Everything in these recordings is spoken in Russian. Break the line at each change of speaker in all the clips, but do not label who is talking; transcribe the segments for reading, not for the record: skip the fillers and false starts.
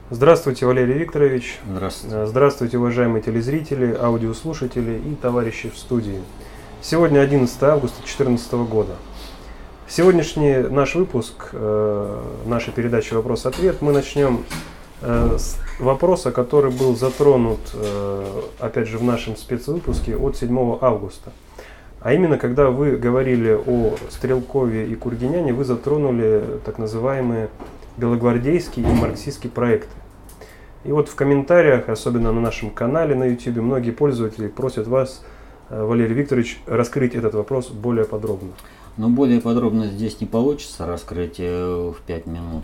Здравствуйте, Валерий Викторович.
Здравствуйте.
Здравствуйте, уважаемые телезрители, аудиослушатели и товарищи в студии. Сегодня 11 августа 2014 года. Сегодняшний наш выпуск, нашей передачи «Вопрос-ответ» мы начнем с вопроса, который был затронут, опять же, в нашем спецвыпуске от 7 августа. А именно, когда вы говорили о Стрелкове и Кургиняне, вы затронули так называемые белогвардейские и марксистские проекты. И вот в комментариях, особенно на нашем канале на YouTube, многие пользователи просят вас, Валерий Викторович, раскрыть этот вопрос более подробно.
Но более подробно здесь не получится раскрыть в 5 минут.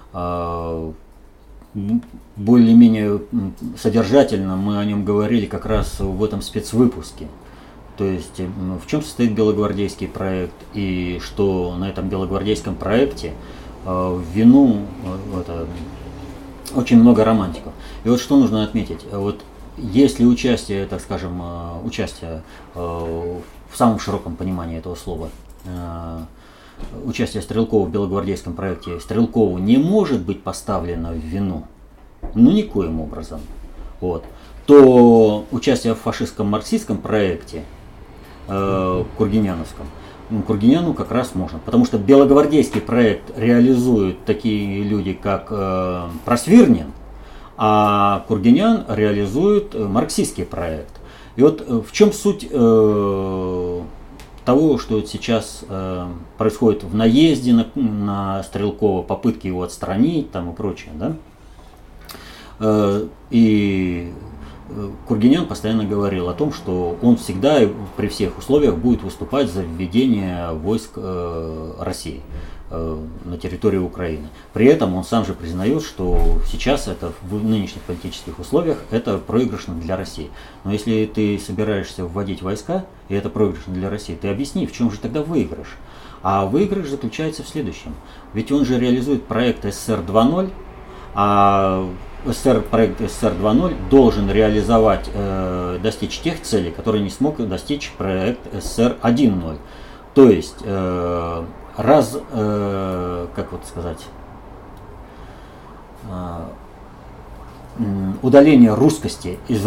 Более-менее содержательно мы о нем говорили как раз в этом спецвыпуске. То есть в чем состоит белогвардейский проект и что на этом белогвардейском проекте в вину очень много романтиков. И вот что нужно отметить. Вот если участие, так скажем, участие в самом широком понимании этого слова, участие Стрелкова в белогвардейском проекте Стрелкову не может быть поставлено в вину, ну никоим образом, вот, то участие в фашистском марксистском проекте Кургиняновском, Кургиняну как раз можно, потому что белогвардейский проект реализуют такие люди, как Просвирнин, а Кургинян реализует марксистский проект. И вот в чем суть того, что сейчас происходит в наезде на Стрелкова, попытки его отстранить там и прочее, да? И Кургинян постоянно говорил о том, что он всегда и при всех условиях будет выступать за введение войск России на территории Украины. При этом он сам же признает, что сейчас это в нынешних политических условиях это проигрышно для России. Но если ты собираешься вводить войска, и это проигрышно для России, ты объясни, в чем же тогда выигрыш? А выигрыш заключается в следующем. Ведь он же реализует проект СССР 2.0, а проект СССР 2.0 должен реализовать, достичь тех целей, которые не смог достичь проект СССР 1.0. То есть, как вот сказать, удаление русскости из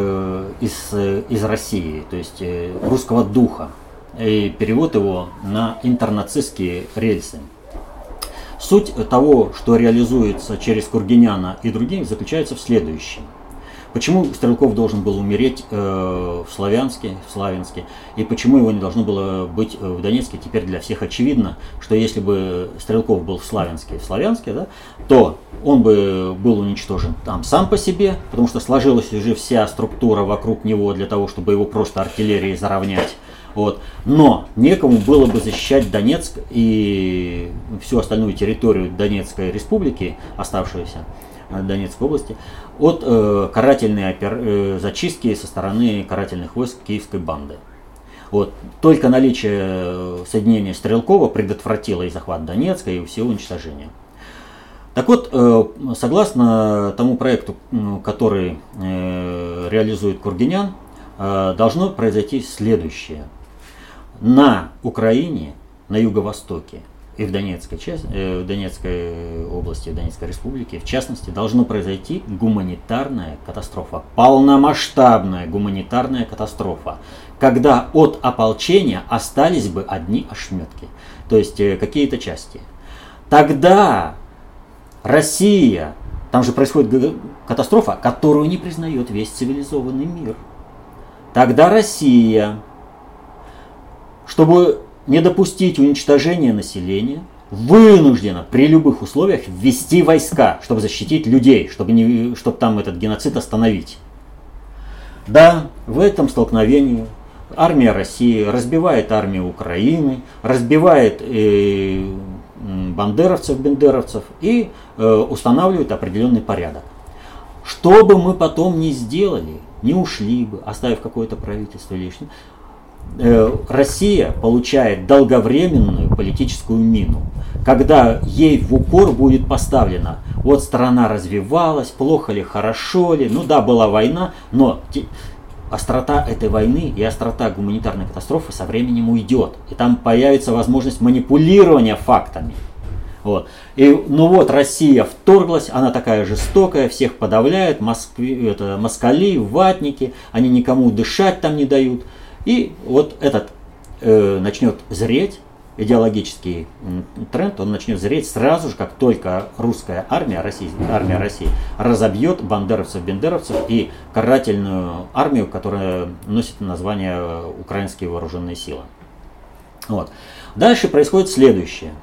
России, то есть русского духа, и перевод его на интернацистские рельсы. Суть того, что реализуется через Кургиняна и других, заключается в следующем. Почему Стрелков должен был умереть в Славянске, и почему его не должно было быть в Донецке, теперь для всех очевидно, что если бы Стрелков был в Славянске, да, то он бы был уничтожен там сам по себе, потому что сложилась уже вся структура вокруг него для того, чтобы его просто артиллерией заровнять. Вот. Но некому было бы защищать Донецк и всю остальную территорию Донецкой республики, оставшуюся Донецкой области, от карательной зачистки со стороны карательных войск киевской банды. Вот. Только наличие соединения Стрелкова предотвратило и захват Донецка, и все уничтожение. Так вот, согласно тому проекту, который реализует Кургинян, должно произойти следующее. На Украине, на юго-востоке и в Донецкой области, в Донецкой республике, в частности, должно произойти гуманитарная катастрофа, полномасштабная гуманитарная катастрофа, когда от ополчения остались бы одни ошметки, то есть какие-то части. Тогда Россия, там же происходит катастрофа, которую не признает весь цивилизованный мир. Тогда Россия, чтобы не допустить уничтожения населения, вынуждена при любых условиях ввести войска, чтобы защитить людей, чтобы там этот геноцид остановить. Да, в этом столкновении армия России разбивает армию Украины, разбивает бандеровцев и устанавливает определенный порядок. Что бы мы потом ни сделали, не ушли бы, оставив какое-то правительство лишнее, Россия получает долговременную политическую мину, когда ей в упор будет поставлено: вот страна развивалась, плохо ли, хорошо ли, ну да, была война, но острота этой войны и острота гуманитарной катастрофы со временем уйдет, и там появится возможность манипулирования фактами. Вот. Ну вот Россия вторглась, она такая жестокая, всех подавляет, москали, ватники, они никому дышать там не дают. И вот этот начнет зреть, идеологический тренд, он начнет зреть сразу же, как только русская армия России разобьет бандеровцев и карательную армию, которая носит название Украинские вооруженные силы. Вот. Дальше происходит следующее.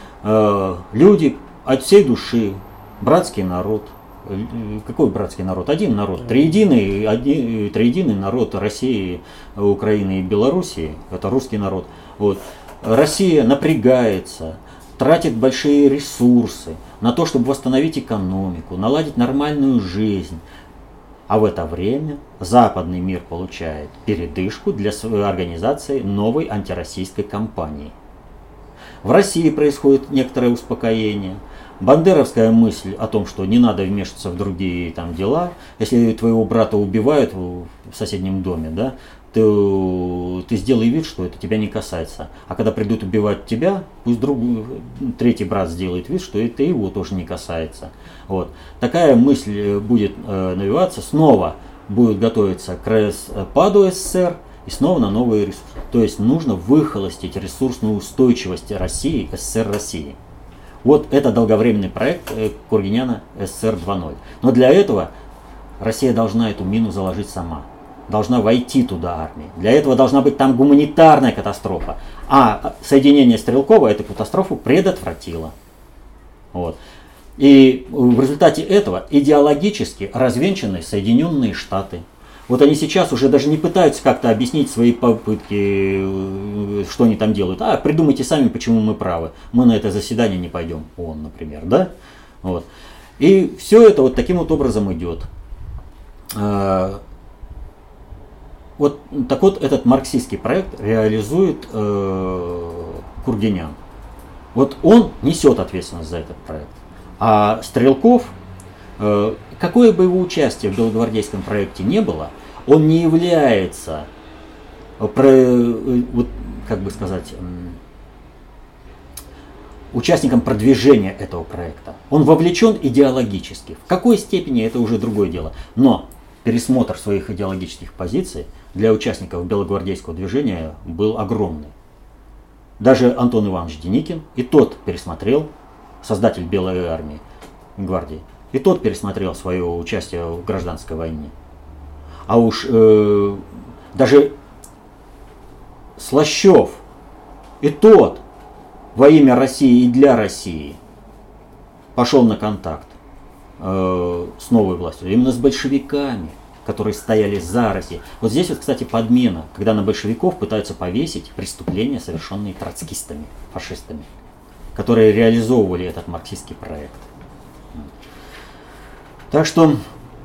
Люди от всей души, братский народ. Какой братский народ? Один народ. Триединый народ России, Украины и Белоруссии. Это русский народ. Вот. Россия напрягается, тратит большие ресурсы на то, чтобы восстановить экономику, наладить нормальную жизнь. А в это время западный мир получает передышку для организации новой антироссийской кампании. В России происходит некоторое успокоение. Бандеровская мысль о том, что не надо вмешиваться в другие там дела, если твоего брата убивают в соседнем доме, да, ты сделай вид, что это тебя не касается. А когда придут убивать тебя, пусть третий брат сделает вид, что это его тоже не касается. Вот. Такая мысль будет навиваться, снова будет готовиться к распаду СССР и снова на новые ресурсы. То есть нужно выхолостить ресурсную устойчивость России, СССР России. Вот это долговременный проект Кургиняна СССР 2.0. Но для этого Россия должна эту мину заложить сама. Должна войти туда армия. Для этого должна быть там гуманитарная катастрофа. А соединение Стрелкова эту катастрофу предотвратило. Вот. И в результате этого идеологически развенчаны Соединенные Штаты. Вот они сейчас уже даже не пытаются как-то объяснить свои попытки, что они там делают. Придумайте сами, почему мы правы. Мы на это заседание не пойдем. ООН, например, да? Вот. И все это вот таким вот образом идет. Вот так вот этот марксистский проект реализует Кургинян. Вот он несет ответственность за этот проект. А Стрелков, какое бы его участие в белогвардейском проекте не было, он не является, участником продвижения этого проекта. Он вовлечен идеологически. В какой степени, это уже другое дело. Но пересмотр своих идеологических позиций для участников белогвардейского движения был огромный. Даже Антон Иванович Деникин, и тот пересмотрел, создатель Белой армии, гвардии, и тот пересмотрел свое участие в гражданской войне. А уж даже Слащев, и тот во имя России и для России пошел на контакт с новой властью, именно с большевиками, которые стояли за Россию. Вот здесь вот, кстати, подмена, когда на большевиков пытаются повесить преступления, совершенные троцкистами, фашистами, которые реализовывали этот марксистский проект. Так что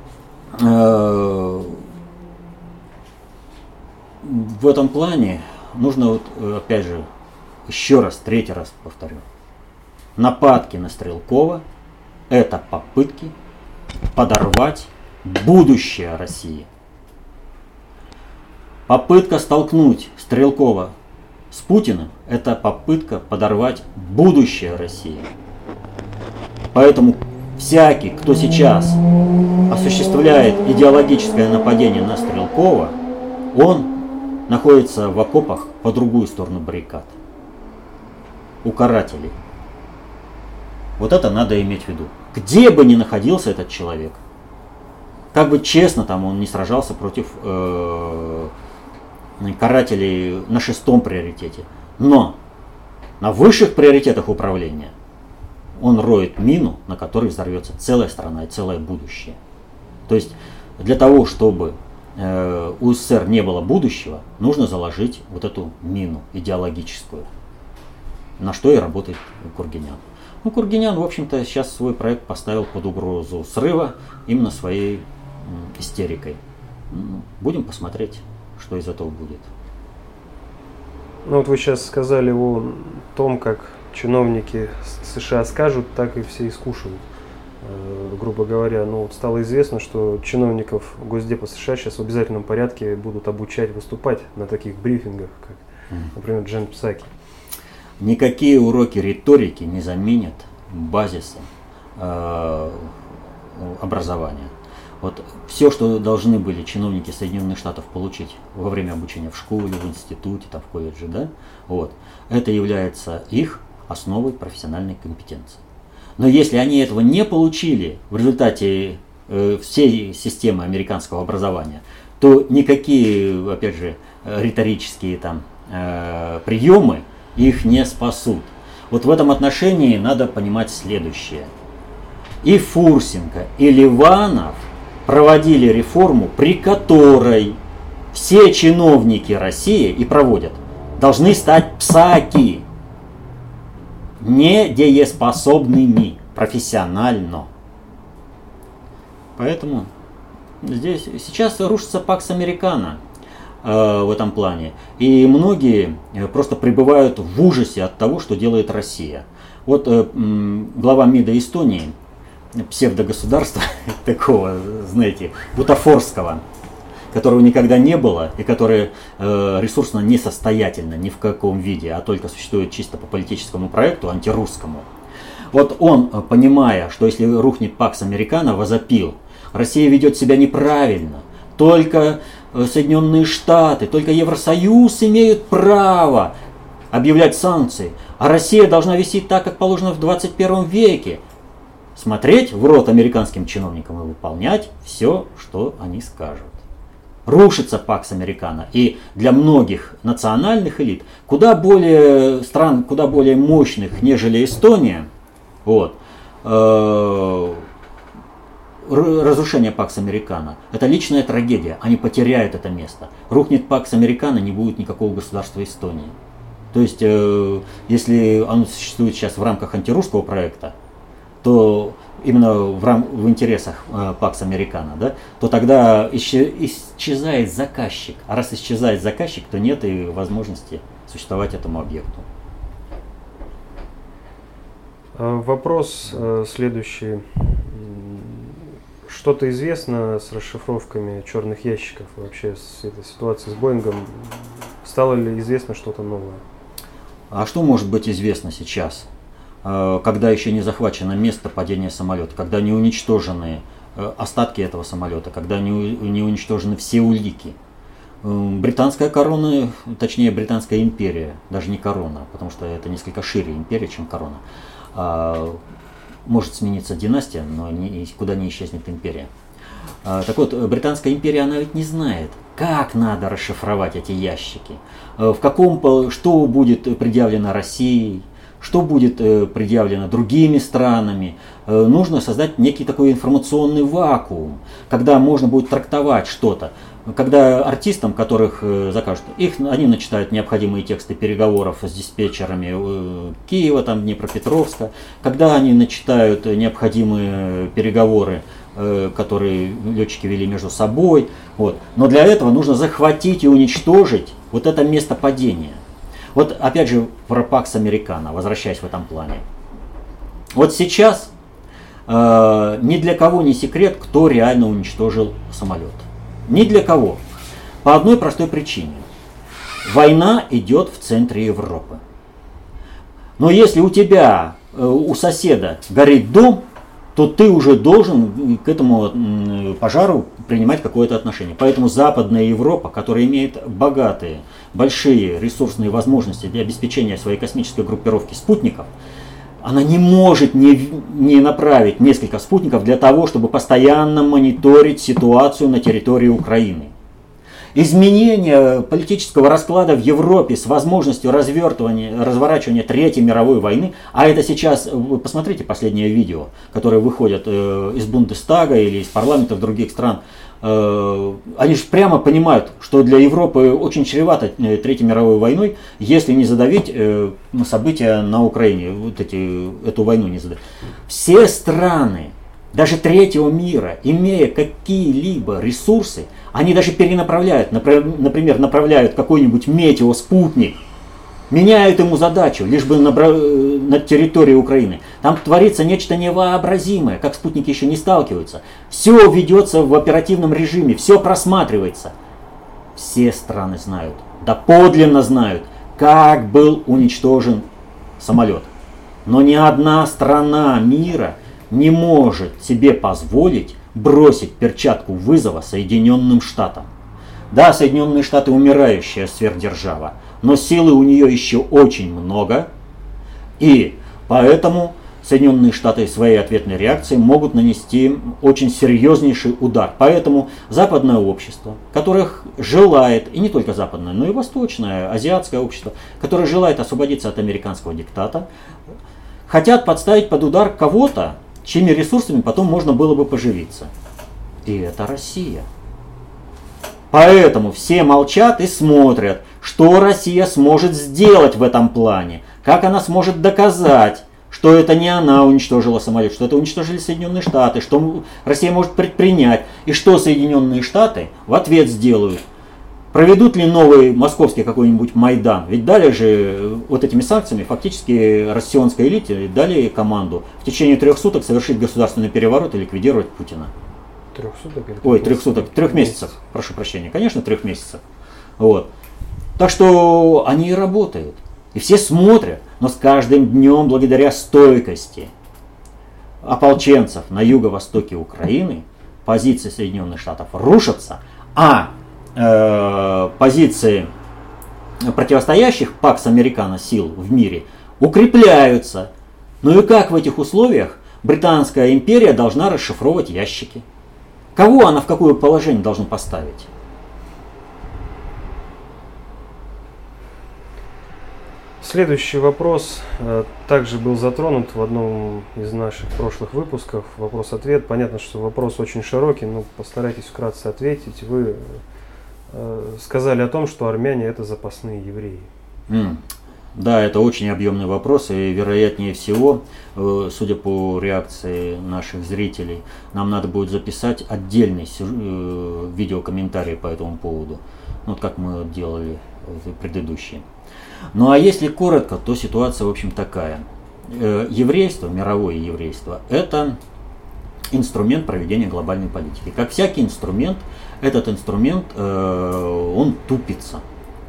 в этом плане нужно, вот, опять же, еще раз, третий раз повторю, нападки на Стрелкова — это попытки подорвать будущее России. Попытка столкнуть Стрелкова с Путиным — это попытка подорвать будущее России. Поэтому всякий, кто сейчас осуществляет идеологическое нападение на Стрелкова, он находится в окопах по другую сторону баррикад. У карателей. Вот это надо иметь в виду. Где бы ни находился этот человек, как бы честно там он не сражался против карателей на 6-м приоритете, но на высших приоритетах управления он роет мину, на которой взорвется целая страна и целое будущее. То есть для того, чтобы у СССР не было будущего, нужно заложить вот эту мину идеологическую, на что и работает Кургинян. Ну, Кургинян, в общем-то, сейчас свой проект поставил под угрозу срыва именно своей истерикой. Будем посмотреть, что из этого будет.
Ну вот вы сейчас сказали о том, как чиновники США скажут, так и все искушают. Грубо говоря, вот стало известно, что чиновников Госдепа США сейчас в обязательном порядке будут обучать выступать на таких брифингах, как, например, Джен Псаки.
Никакие уроки риторики не заменят базисом образования. Вот все, что должны были чиновники Соединенных Штатов получить во время обучения в школе, в институте, там, в колледже, да, вот, это является их основой профессиональной компетенции. Но если они этого не получили в результате всей системы американского образования, то никакие, опять же, риторические там приемы их не спасут. Вот в этом отношении надо понимать следующее. И Фурсенко, и Ливанов проводили реформу, при которой все чиновники России и проводят, должны стать псаки, недееспособными профессионально. Поэтому здесь сейчас рушится Пакс Американо в этом плане. И многие просто пребывают в ужасе от того, что делает Россия. Вот глава МИДа Эстонии, псевдогосударства такого, знаете, бутафорского, которого никогда не было и которое ресурсно несостоятельно ни в каком виде, а только существует чисто по политическому проекту, антирусскому. Вот он, понимая, что если рухнет Пакс Американо, возопил: Россия ведет себя неправильно, только Соединенные Штаты, только Евросоюз имеют право объявлять санкции, а Россия должна вести так, как положено в 21 веке. Смотреть в рот американским чиновникам и выполнять все, что они скажут. Рушится Пакс Американо. И для многих национальных элит, куда более стран, куда более мощных, нежели Эстония, вот, разрушение Пакс Американо — это личная трагедия. Они потеряют это место. Рухнет Пакс Американо, не будет никакого государства Эстонии. То есть, если оно существует сейчас в рамках антирусского проекта, то именно в интересах Пакс Американо, да, то тогда исчезает заказчик. А раз исчезает заказчик, то нет и возможности существовать этому объекту.
Вопрос следующий. Что-то известно с расшифровками черных ящиков вообще с этой ситуацией с Боингом? Стало ли известно что-то новое?
А что может быть известно сейчас, когда еще не захвачено место падения самолета, когда не уничтожены остатки этого самолета, когда не уничтожены все улики? Британская корона, точнее Британская империя, даже не корона, потому что это несколько шире империя, чем корона. Может смениться династия, но никуда не исчезнет империя. Так вот, Британская империя, она ведь не знает, как надо расшифровать эти ящики, что будет предъявлено Россией, что будет предъявлено другими странами. Нужно создать некий такой информационный вакуум, когда можно будет трактовать что-то. Когда артистам, которых закажут, они начитают необходимые тексты переговоров с диспетчерами Киева, там, Днепропетровска, когда они начитают необходимые переговоры, которые летчики вели между собой. Вот. Но для этого нужно захватить и уничтожить вот это место падения. Вот опять же про Пакс Американо, возвращаясь в этом плане. Вот сейчас ни для кого не секрет, кто реально уничтожил самолет. Ни для кого. По одной простой причине. Война идет в центре Европы. Но если у тебя, у соседа горит дом, то ты уже должен к этому пожару принимать какое-то отношение. Поэтому Западная Европа, которая имеет богатые, большие ресурсные возможности для обеспечения своей космической группировки спутников, она не может не направить несколько спутников для того, чтобы постоянно мониторить ситуацию на территории Украины. Изменение политического расклада в Европе с возможностью разворачивания Третьей мировой войны, а это сейчас, вы посмотрите последнее видео, которые выходят из Бундестага или из парламентов других стран, они же прямо понимают, что для Европы очень чревато Третьей мировой войной, если не задавить события на Украине, эту войну не задавить. Все страны, даже третьего мира, имея какие-либо ресурсы, они даже перенаправляют, например, направляют какой-нибудь метеоспутник, меняют ему задачу, лишь бы на территории Украины. Там творится нечто невообразимое, как спутники еще не сталкиваются. Все ведется в оперативном режиме, все просматривается. Все страны знают, доподлинно знают, как был уничтожен самолет. Но ни одна страна мира не может себе позволить бросить перчатку вызова Соединенным Штатам. Да, Соединенные Штаты умирающая сверхдержава, но силы у нее еще очень много, и поэтому Соединенные Штаты своей ответной реакцией могут нанести очень серьезнейший удар. Поэтому западное общество, которое желает, и не только западное, но и восточное, азиатское общество, которое желает освободиться от американского диктата, хотят подставить под удар кого-то, чьими ресурсами потом можно было бы поживиться. И это Россия. Поэтому все молчат и смотрят, что Россия сможет сделать в этом плане, как она сможет доказать, что это не она уничтожила самолет, что это уничтожили Соединенные Штаты, что Россия может предпринять, и что Соединенные Штаты в ответ сделают. Проведут ли новый московский какой-нибудь Майдан? Ведь дали же вот этими санкциями фактически россионской элите дали команду в течение 3 суток совершить государственный переворот и ликвидировать Путина.
3 суток?
Ой, 3 суток, 3 месяцев, прошу прощения, конечно, 3 месяцев. Вот. Так что они и работают. И все смотрят, но с каждым днем, благодаря стойкости ополченцев на юго-востоке Украины, позиции Соединенных Штатов рушатся, а позиции противостоящих Пакс Американо сил в мире укрепляются. Ну и как в этих условиях Британская империя должна расшифровывать ящики? Кого она в какое положение должна поставить?
Следующий вопрос также был затронут в одном из наших прошлых выпусков. Вопрос-ответ. Понятно, что вопрос очень широкий, но постарайтесь вкратце ответить. Вы сказали о том, что армяне это запасные евреи.
Да, это очень объемный вопрос, и вероятнее всего, судя по реакции наших зрителей, нам надо будет записать отдельный видеокомментарий по этому поводу, вот как мы делали в предыдущие. Ну а если коротко, то ситуация, в общем, такая. Еврейство, мировое еврейство, это инструмент проведения глобальной политики. Как всякий инструмент, этот инструмент, он тупится.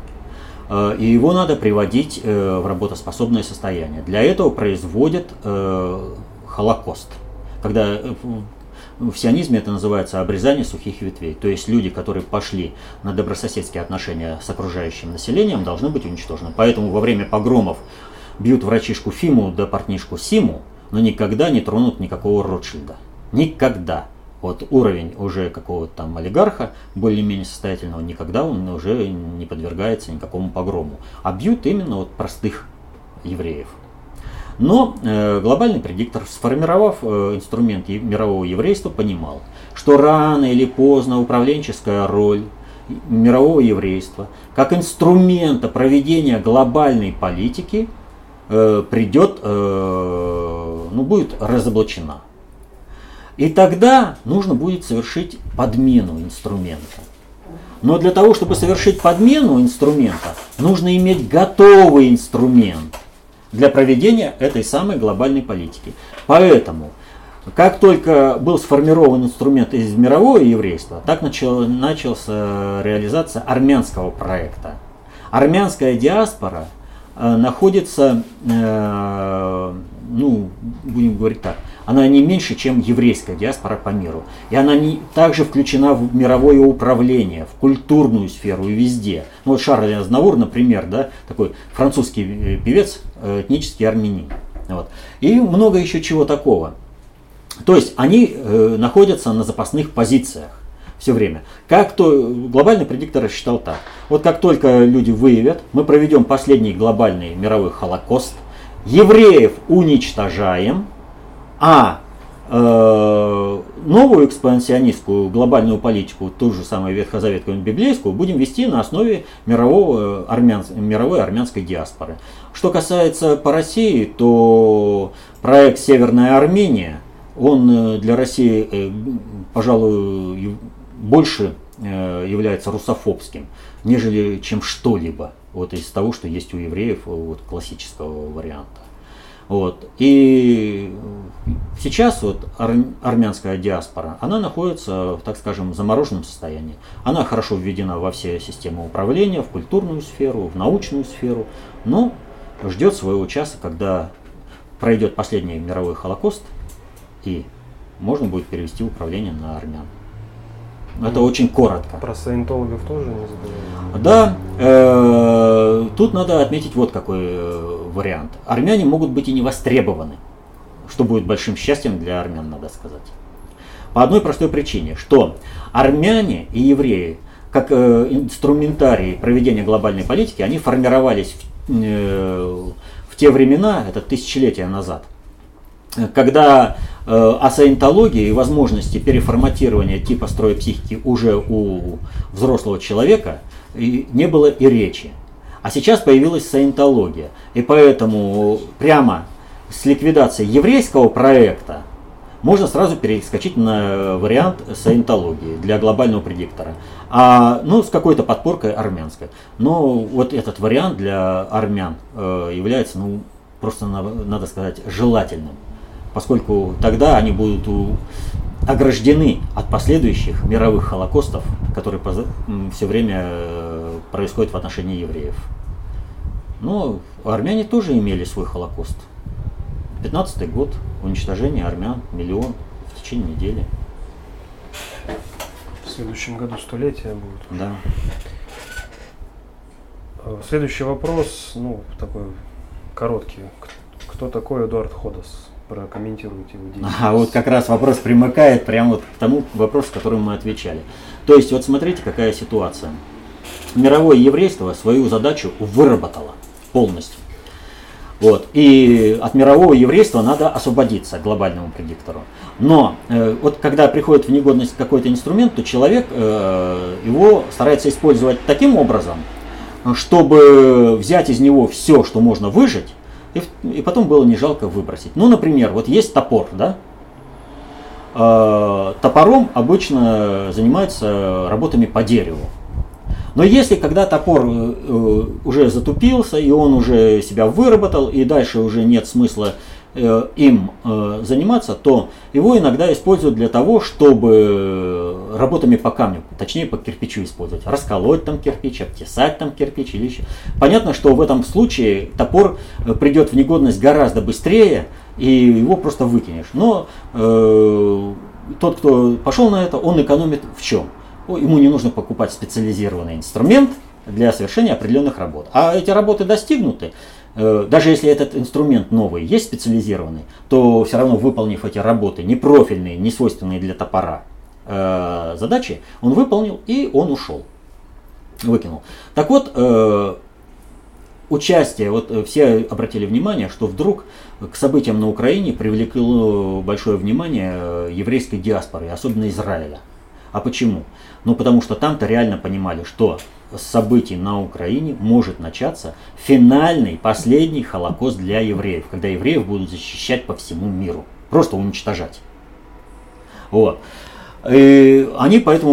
И его надо приводить в работоспособное состояние. Для этого производят Холокост. Когда в сионизме это называется обрезание сухих ветвей. То есть люди, которые пошли на добрососедские отношения с окружающим населением, должны быть уничтожены. Поэтому во время погромов бьют врачишку Фиму да портнишку Симу, но никогда не тронут никакого Ротшильда. Никогда. Вот уровень уже какого-то там олигарха, более-менее состоятельного, никогда он уже не подвергается никакому погрому. А бьют именно вот простых евреев. Но глобальный предиктор, сформировав инструмент мирового еврейства, понимал, что рано или поздно управленческая роль мирового еврейства как инструмента проведения глобальной политики будет разоблачена. И тогда нужно будет совершить подмену инструмента. Но для того, чтобы совершить подмену инструмента, нужно иметь готовый инструмент для проведения этой самой глобальной политики. Поэтому, как только был сформирован инструмент из мирового еврейства, так начался реализация армянского проекта. Армянская диаспора находится, будем говорить так, она не меньше, чем еврейская диаспора по миру. И она также включена в мировое управление, в культурную сферу и везде. Ну, вот Шарль Азнавур, например, да, такой французский певец, этнический армянин. Вот. И много еще чего такого. То есть они находятся на запасных позициях все время. Глобальный предиктор рассчитал так. Вот как только люди выявят, мы проведем последний глобальный мировой Холокост, евреев уничтожаем, а новую экспансионистскую глобальную политику, ту же самую ветхозаветную библейскую, будем вести на основе мировой армянской диаспоры. Что касается по России, то проект «Северная Армения», он для России, пожалуй, больше является русофобским, нежели чем что-либо вот из того, что есть у евреев вот, классического варианта. Вот. И сейчас вот армянская диаспора, она находится, так скажем, в замороженном состоянии. Она хорошо введена во все системы управления, в культурную сферу, в научную сферу, но ждет своего часа, когда пройдет последний мировой Холокост, и можно будет перевести управление на армян. Это очень коротко.
Про саентологов тоже не забываем?
Да, тут надо отметить вот какой вариант. Армяне могут быть и не востребованы, что будет большим счастьем для армян, надо сказать. По одной простой причине, что армяне и евреи, как инструментарий проведения глобальной политики, они формировались в те времена, это тысячелетия назад, когда о саентологии и возможности переформатирования типа строя психики уже у взрослого человека не было и речи. А сейчас появилась саентология. И поэтому прямо с ликвидацией еврейского проекта можно сразу перескочить на вариант саентологии для глобального предиктора. С какой-то подпоркой армянской. Но вот этот вариант для армян является, просто надо сказать, желательным. Поскольку тогда они будут ограждены от последующих мировых холокостов, которые все время происходят в отношении евреев. Но армяне тоже имели свой холокост. 15-й год, уничтожение армян, 1 миллион в течение недели.
В следующем году столетие будет.
Да.
Следующий вопрос, такой короткий. Кто такой Эдуард Ходос? Прокомментируйте его деятельность.
Вот как раз вопрос примыкает прямо к тому вопросу, который мы отвечали. То есть, вот смотрите, какая ситуация. Мировое еврейство свою задачу выработало полностью. И от мирового еврейства надо освободиться глобальному предиктору. Но вот когда приходит в негодность какой-то инструмент, то человек его старается использовать таким образом, чтобы взять из него все, что можно выжать, и потом было не жалко выбросить. Например, вот есть топор, да? Топором обычно занимаются работами по дереву. Но если когда топор уже затупился, и он уже себя выработал, и дальше уже нет смысла им заниматься, то его иногда используют для того, чтобы работами по камню, точнее по кирпичу использовать. Расколоть там кирпич, обтесать там кирпич или еще. Понятно, что в этом случае топор придет в негодность гораздо быстрее, и его просто выкинешь. Но тот, кто пошел на это, он экономит в чем? Ему не нужно покупать специализированный инструмент для совершения определенных работ. А эти работы достигнуты. Даже если этот инструмент новый есть специализированный, то все равно, выполнив эти работы, не профильные, не свойственные для топора задачи, он выполнил и он ушел, выкинул. Так вот, участие, все обратили внимание, что вдруг к событиям на Украине привлекло большое внимание еврейской диаспоры, особенно Израиля. А почему? Потому что там-то реально понимали, что с событий на Украине может начаться финальный, последний Холокост для евреев, когда евреев будут защищать по всему миру, просто уничтожать. И они поэтому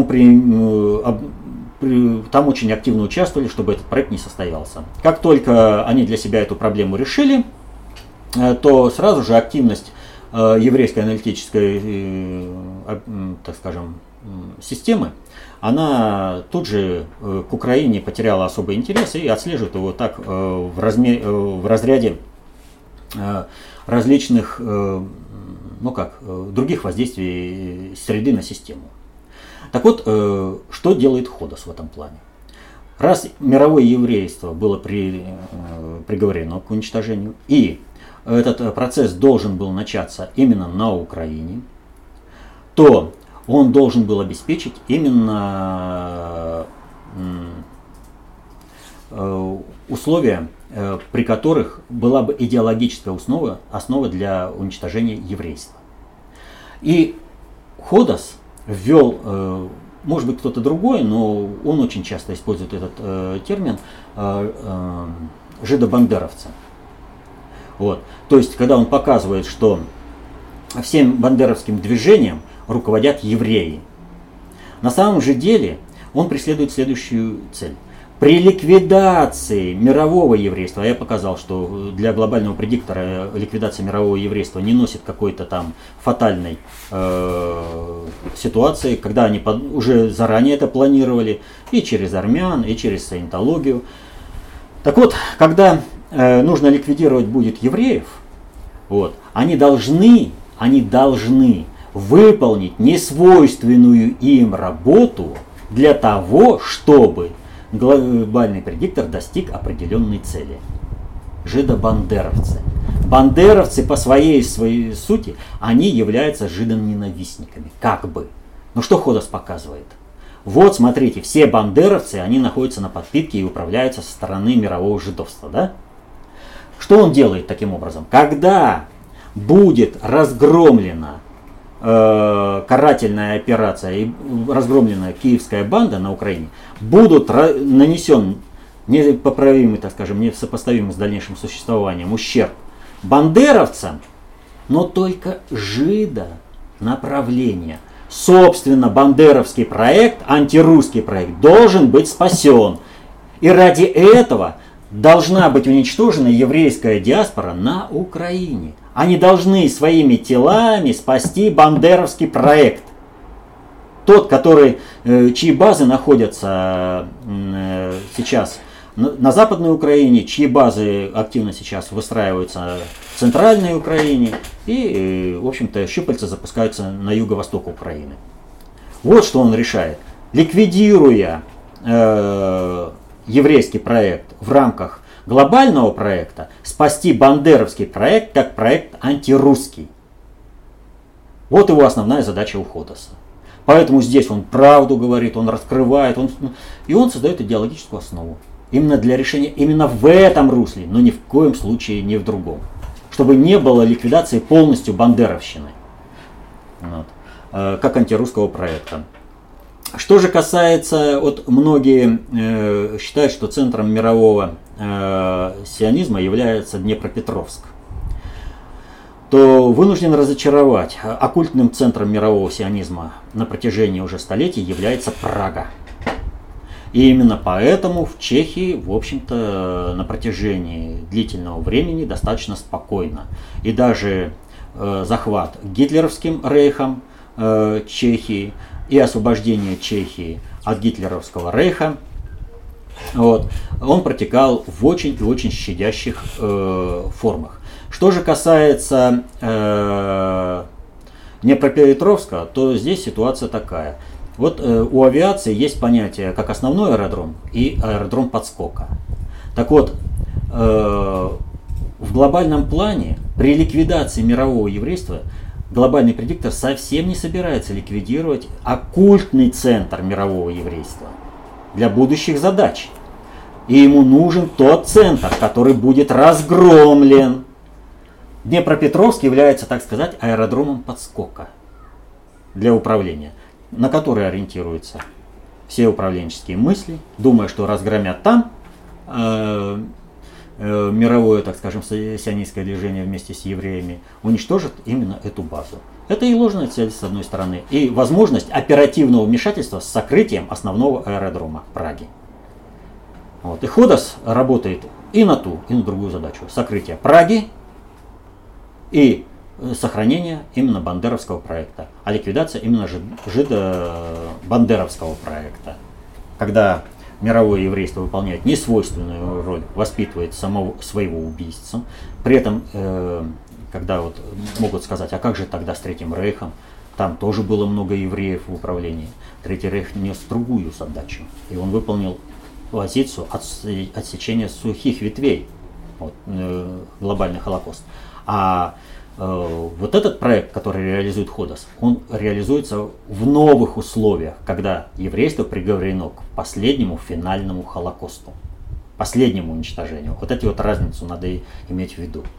там очень активно участвовали, чтобы этот проект не состоялся. Как только они для себя эту проблему решили, то сразу же активность еврейской аналитической, так скажем, системы, она тут же к Украине потеряла особый интерес и отслеживает его так в разряде различных других воздействий среды на систему. Так вот, что делает Ходос в этом плане? Раз мировое еврейство было приговорено к уничтожению, и этот процесс должен был начаться именно на Украине, то он должен был обеспечить именно условия, при которых была бы идеологическая основа для уничтожения еврейства. И Ходос ввел, может быть кто-то другой, но он очень часто использует этот термин, жидобандеровца. То есть, когда он показывает, что всем бандеровским движением руководят евреи. На самом же деле он преследует следующую цель. При ликвидации мирового еврейства, я показал, что для глобального предиктора ликвидация мирового еврейства не носит какой-то там фатальной ситуации, когда они уже заранее это планировали и через армян, и через саентологию. Так вот, когда нужно ликвидировать будет евреев, Вот. Они должны выполнить несвойственную им работу для того, чтобы глобальный предиктор достиг определенной цели. Жидобандеровцы. Бандеровцы по своей сути, они являются жидоненавистниками. Как бы. Но что Ходос показывает? Вот, смотрите, все бандеровцы, они находятся на подпитке и управляются со стороны мирового жидовства. Да? Что он делает таким образом? Когда будет разгромлена карательная операция и разгромлена киевская банда на Украине, будут нанесен непоправимый, так скажем, несопоставимый с дальнейшим существованием ущерб бандеровцам, но только жидонаправления. Собственно, бандеровский проект, антирусский проект, должен быть спасен. И ради этого должна быть уничтожена еврейская диаспора на Украине. Они должны своими телами спасти бандеровский проект. Тот, чьи базы находятся сейчас на Западной Украине, чьи базы активно сейчас выстраиваются в Центральной Украине и, в общем-то, щупальца запускаются на юго-восток Украины. Вот что он решает. Ликвидируя еврейский проект в рамках глобального проекта, спасти бандеровский проект как проект антирусский. Вот его основная задача у Ходоса. Поэтому здесь он правду говорит, он раскрывает, и он создает идеологическую основу. Именно для решения, именно в этом русле, но ни в коем случае не в другом. Чтобы не было ликвидации полностью бандеровщины. Вот. Как антирусского проекта. Что же касается, многие считают, что центром мирового сионизма является Днепропетровск, то вынужден разочаровать. Оккультным центром мирового сионизма на протяжении уже столетий является Прага. И именно поэтому в Чехии, в общем-то, на протяжении длительного времени достаточно спокойно. И даже захват гитлеровским рейхом Чехии и освобождение Чехии от гитлеровского рейха, он протекал в очень и очень щадящих формах. Что же касается Днепропетровска, то здесь ситуация такая. У авиации есть понятие как основной аэродром и аэродром подскока. Так вот, в глобальном плане при ликвидации мирового еврейства глобальный предиктор совсем не собирается ликвидировать оккультный центр мирового еврейства для будущих задач. И ему нужен тот центр, который будет разгромлен. Днепропетровск является, так сказать, аэродромом подскока для управления, на который ориентируются все управленческие мысли, думая, что разгромят там мировое, так скажем, сионистское движение вместе с евреями, уничтожат именно эту базу. Это и ложная цель, с одной стороны, и возможность оперативного вмешательства с сокрытием основного аэродрома Праги. И Ходос работает и на ту, и на другую задачу. Сокрытие Праги и сохранение именно бандеровского проекта, а ликвидация именно жидо-бандеровского проекта. Когда мировое еврейство выполняет несвойственную роль, воспитывает своего убийцу, при этом, когда могут сказать, а как же тогда с Третьим Рейхом, там тоже было много евреев в управлении. Третий Рейх нес другую задачу, и он выполнил позицию отсечения сухих ветвей, глобальный Холокост. А этот проект, который реализует Ходос, он реализуется в новых условиях, когда еврейство приговорено к последнему финальному Холокосту, последнему уничтожению. Эту разницу надо иметь в виду.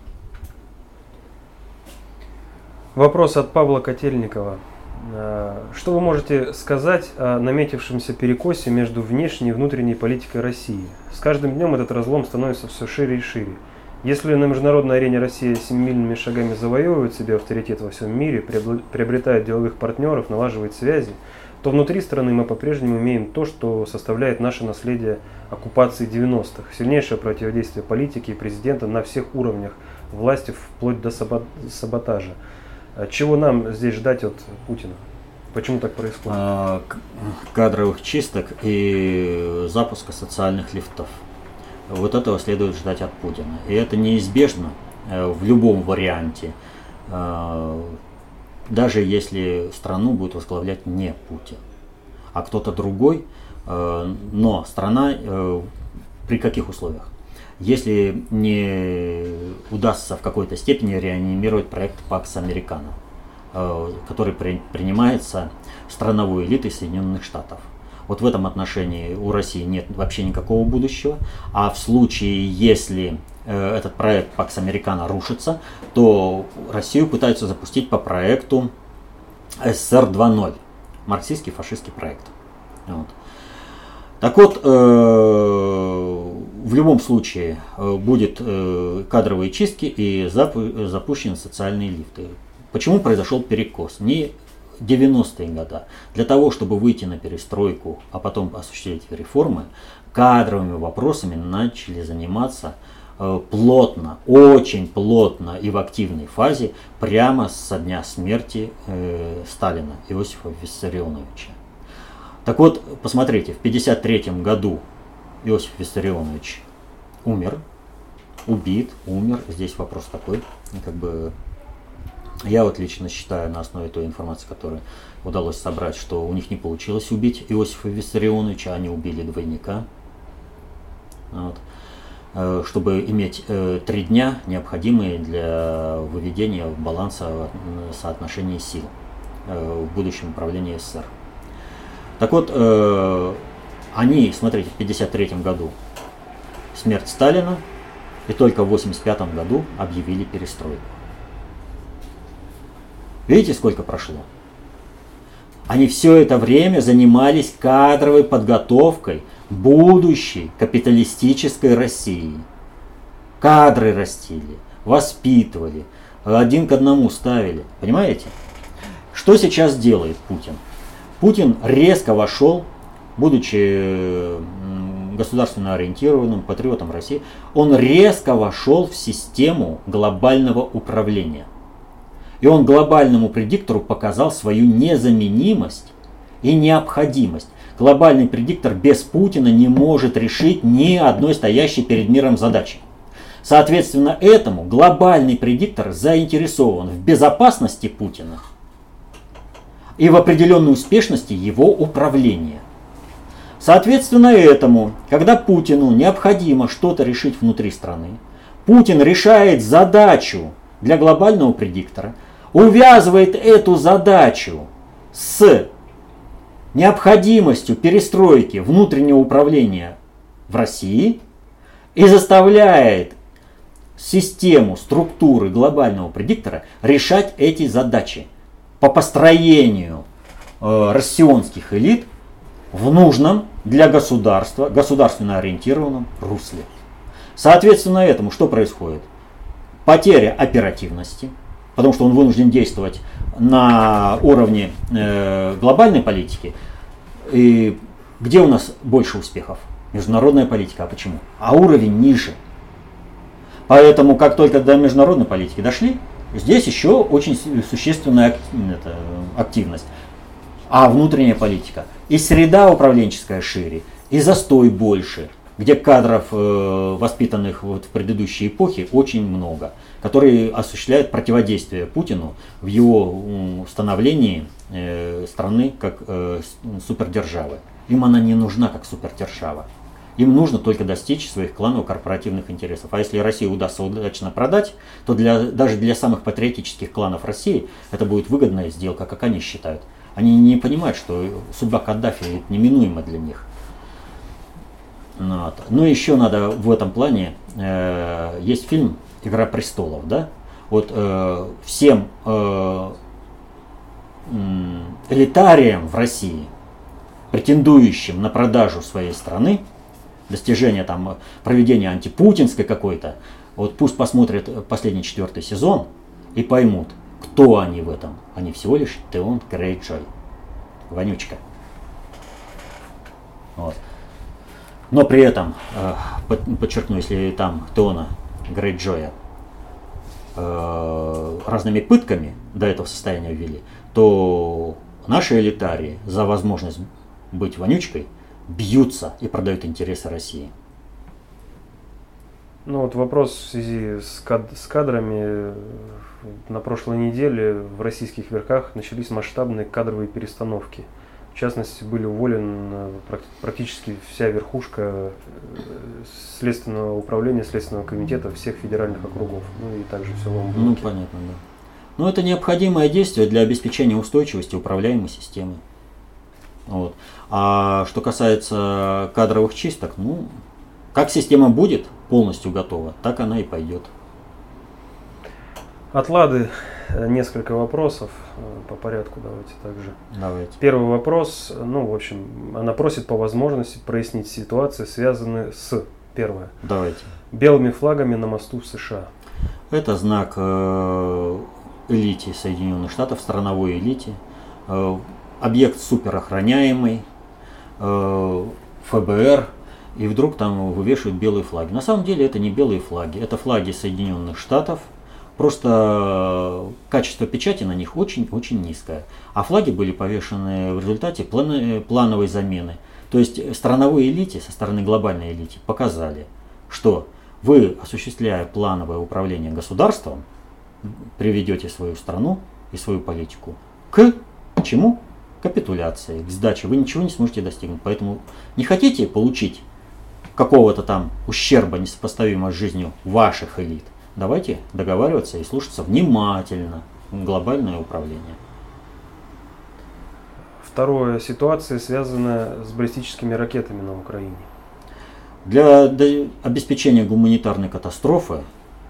Вопрос от Павла Котельникова. Что вы можете сказать о наметившемся перекосе между внешней и внутренней политикой России? С каждым днем этот разлом становится все шире и шире. Если на международной арене Россия семимильными шагами завоевывает себе авторитет во всем мире, приобретает деловых партнеров, налаживает связи, то внутри страны мы по-прежнему имеем то, что составляет наше наследие оккупации 90-х. Сильнейшее противодействие политики и президента на всех уровнях власти, вплоть до саботажа. Чего нам здесь ждать от Путина? Почему так происходит?
Кадровых чисток и запуска социальных лифтов. Этого следует ждать от Путина. И это неизбежно в любом варианте, даже если страну будет возглавлять не Путин, а кто-то другой, но страна при каких условиях? Если не удастся в какой-то степени реанимировать проект Пакс Американо, который принимается страновой элитой Соединенных Штатов. Вот в этом отношении у России нет вообще никакого будущего, а в случае, если этот проект Пакс Американо рушится, то Россию пытаются запустить по проекту СССР 2.0, марксистский фашистский проект. Вот. Так вот, в любом случае будет кадровые чистки и запущены социальные лифты. Почему произошел перекос? Не 90-е годы. Для того, чтобы выйти на перестройку, а потом осуществить реформы, кадровыми вопросами начали заниматься плотно, очень плотно и в активной фазе прямо со дня смерти Сталина, Иосифа Виссарионовича. Так вот, посмотрите, в 1953 году Иосиф Виссарионович умер, убит, умер. Здесь вопрос такой, как бы, я вот лично считаю, на основе той информации, которую удалось собрать, что у них не получилось убить Иосифа Виссарионовича, они убили двойника. Вот. Чтобы иметь 3 дня, необходимые для выведения баланса соотношения сил в будущем управлении СССР. Так вот, они, смотрите, в 1953 году смерть Сталина, и только в 1985 году объявили перестройку. Видите, сколько прошло? Они все это время занимались кадровой подготовкой будущей капиталистической России. Кадры растили, воспитывали, один к одному ставили. Понимаете? Что сейчас делает Путин? Путин резко вошел, будучи государственно ориентированным патриотом России, он резко вошел в систему глобального управления. И он глобальному предиктору показал свою незаменимость и необходимость. Глобальный предиктор без Путина не может решить ни одной стоящей перед миром задачи. Соответственно, этому глобальный предиктор заинтересован в безопасности Путина и в определенной успешности его управления. Соответственно этому, когда Путину необходимо что-то решить внутри страны, Путин решает задачу для глобального предиктора, увязывает эту задачу с необходимостью перестройки внутреннего управления в России и заставляет систему, структуры глобального предиктора решать эти задачи по построению россионских элит в нужном для государства, государственно ориентированном русле. Соответственно этому что происходит? Потеря оперативности, потому что он вынужден действовать на уровне глобальной политики. И где у нас больше успехов? Международная политика. А почему? А уровень ниже. Поэтому, как только до международной политики дошли, здесь еще очень существенная активность. А внутренняя политика. И среда управленческая шире, и застой больше, где кадров, воспитанных вот в предыдущей эпохе, очень много, которые осуществляют противодействие Путину в его становлении страны как супердержавы. Им она не нужна как супердержава. Им нужно только достичь своих кланово-корпоративных интересов. А если Россию удастся удачно продать, то даже для самых патриотических кланов России это будет выгодная сделка, как они считают. Они не понимают, что судьба Каддафи неминуема для них. Вот. Ну еще надо в этом плане, есть фильм «Игра престолов», да? Вот всем элитариям в России, претендующим на продажу своей страны, достижение там, проведения антипутинской какой-то, вот пусть посмотрят последний 4-й сезон и поймут, кто они в этом. Они всего лишь Теон Грейджой. Вонючка. Вот. Но при этом, подчеркну, если там Теона Грейджоя разными пытками до этого состояния ввели, то наши элитарии за возможность быть вонючкой бьются и продают интересы России.
Ну вот вопрос в связи с кадрами. На прошлой неделе в российских верхах начались масштабные кадровые перестановки. В частности, были уволены практически вся верхушка Следственного управления, Следственного комитета всех федеральных округов. Ну и также в силовом блоке.
Ну, понятно, да. Но это необходимое действие для обеспечения устойчивости управляемой системы. Вот. А что касается кадровых чисток, ну, как система будет полностью готова, так она и пойдет.
От Лады несколько вопросов по порядку, давайте также.
Давайте.
Первый вопрос, ну, в общем, она просит по возможности прояснить ситуации, связанные с, первое,
Давайте.
белыми флагами на мосту в США.
Это знак элите Соединенных Штатов, страновой элите. Объект суперохраняемый, ФБР, и вдруг там вывешивают белые флаги. На самом деле это не белые флаги, это флаги Соединенных Штатов. Просто качество печати на них очень-очень низкое. А флаги были повешены в результате плановой замены. То есть страновой элите, со стороны глобальной элите, показали, что вы, осуществляя плановое управление государством, приведете свою страну и свою политику к чему? Капитуляции, к сдаче. Вы ничего не сможете достигнуть. Поэтому не хотите получить какого-то там ущерба, несопоставимого с жизнью ваших элит, давайте договариваться и слушаться внимательно глобальное управление.
Второе, ситуация, связанная с баллистическими ракетами на Украине.
Для обеспечения гуманитарной катастрофы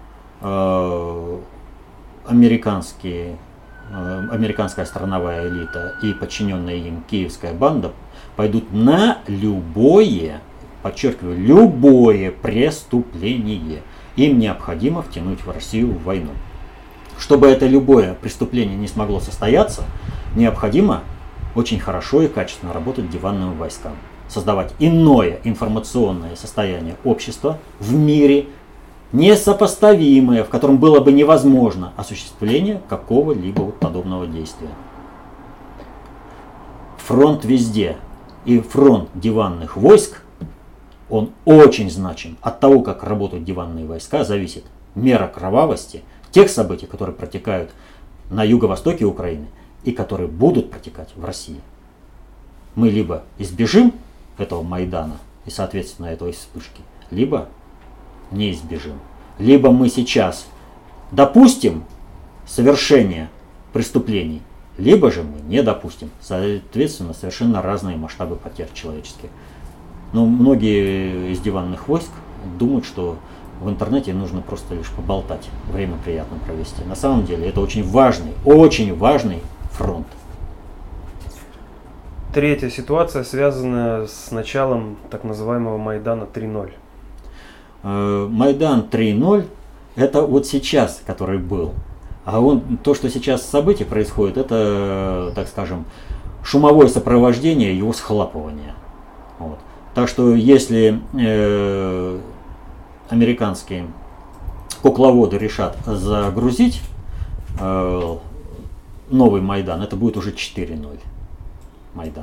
американская страновая элита и подчиненная им киевская банда пойдут на любое, подчеркиваю, любое преступление. Им необходимо втянуть в Россию в войну. Чтобы это любое преступление не смогло состояться, необходимо очень хорошо и качественно работать диванным войскам. Создавать иное информационное состояние общества в мире, несопоставимое, в котором было бы невозможно осуществление какого-либо подобного действия. Фронт везде и фронт диванных войск, он очень значим. От того, как работают диванные войска, зависит мера кровавости тех событий, которые протекают на юго-востоке Украины и которые будут протекать в России. Мы либо избежим этого Майдана и, соответственно, этой вспышки, либо не избежим. Либо мы сейчас допустим совершение преступлений, либо же мы не допустим. Соответственно, совершенно разные масштабы потерь человеческих. Но многие из диванных войск думают, что в интернете нужно просто лишь поболтать, время приятно провести. На самом деле это очень важный фронт.
Третья ситуация, связанная с началом так называемого Майдана 3.0.
Майдан 3.0 это вот сейчас, который был. А то, что сейчас события происходит, это, так скажем, шумовое сопровождение его схлапывания. Вот. Так что если американские кукловоды решат загрузить новый Майдан, это будет уже 4.0 Майдан.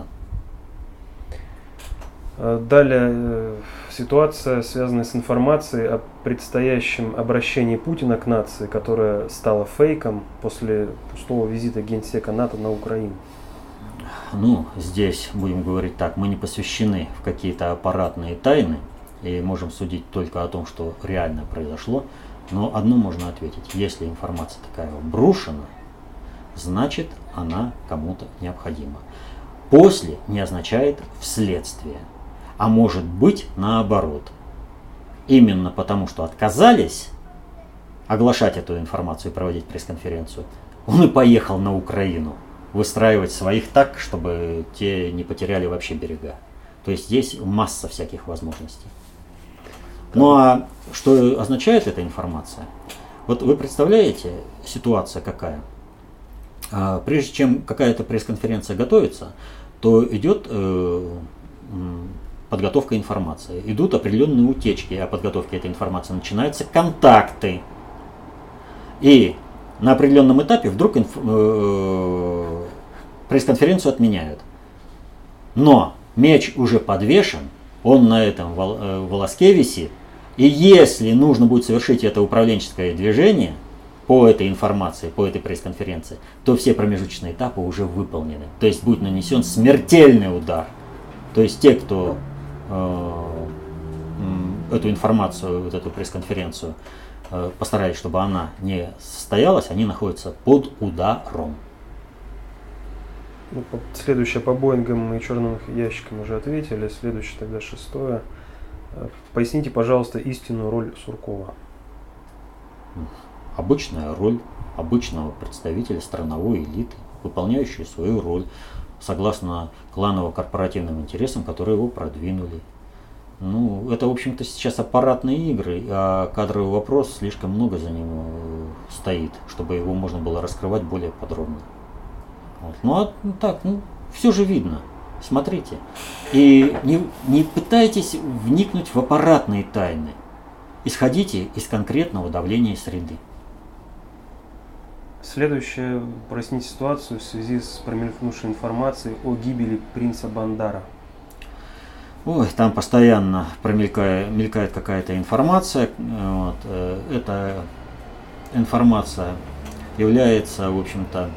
Далее ситуация, связанная с информацией о предстоящем обращении Путина к нации, которая стала фейком после пустого визита генсека НАТО на Украину.
Ну, здесь будем говорить так, мы не посвящены в какие-то аппаратные тайны и можем судить только о том, что реально произошло. Но одно можно ответить: если информация такая брошена, значит она кому-то необходима. После не означает вследствие, а может быть наоборот. Именно потому, что отказались оглашать эту информацию и проводить пресс-конференцию, он и поехал на Украину выстраивать своих так, чтобы те не потеряли вообще берега. То есть здесь масса всяких возможностей. Ну а что означает эта информация? Вот вы представляете, ситуация какая? Прежде чем какая-то пресс-конференция готовится, то идет подготовка информации. Идут определенные утечки о подготовке этой информации. Начинаются контакты. И на определенном этапе вдруг пресс-конференцию отменяют. Но меч уже подвешен, он на этом волоске висит, И если нужно будет совершить это управленческое движение по этой информации, по этой пресс-конференции, то все промежуточные этапы уже выполнены. То есть будет нанесен смертельный удар. То есть те, кто эту информацию, вот эту пресс-конференцию постарались, чтобы она не состоялась, они находятся под ударом.
Ну, следующее по Боингам и черным ящикам уже ответили. Следующее тогда 6. Поясните, пожалуйста, истинную роль Суркова.
Обычная роль обычного представителя страновой элиты, выполняющего свою роль согласно кланово-корпоративным интересам, которые его продвинули. Ну, это, в общем-то, сейчас аппаратные игры, а кадровый вопрос слишком много за ним стоит, чтобы его можно было раскрывать более подробно. Вот. Ну, а так, все же видно. Смотрите. И не пытайтесь вникнуть в аппаратные тайны. Исходите из конкретного давления среды.
Следующее. Проясните ситуацию в связи с промелькнувшей информацией о гибели принца Бандара.
Ой, там постоянно мелькает какая-то информация. Вот. Эта информация является, в общем-то,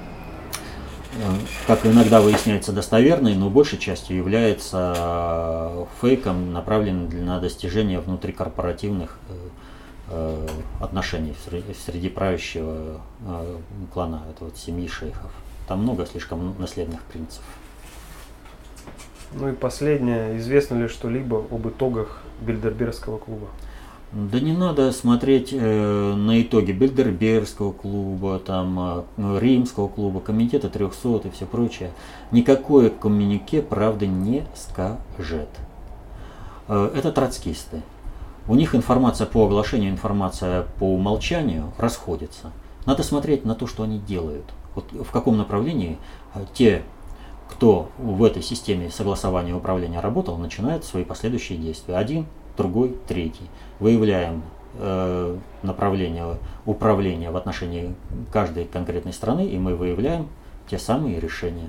как иногда выясняется, достоверной, но большей частью является фейком, направленным на достижение внутрикорпоративных отношений среди правящего клана, это вот семьи шейхов. Там много слишком наследных принцев.
Ну и последнее. Известно ли что-либо об итогах Бильдербергского клуба?
Да не надо смотреть на итоги Бильдербергского клуба, там, Римского клуба, Комитета 300 и все прочее. Никакое коммюнике правды не скажет. Это троцкисты. У них информация по оглашению, информация по умолчанию расходится. Надо смотреть на то, что они делают. Вот в каком направлении те, кто в этой системе согласования и управления работал, начинают свои последующие действия. Один, другой, третий. Выявляем направление управления в отношении каждой конкретной страны, и мы выявляем те самые решения.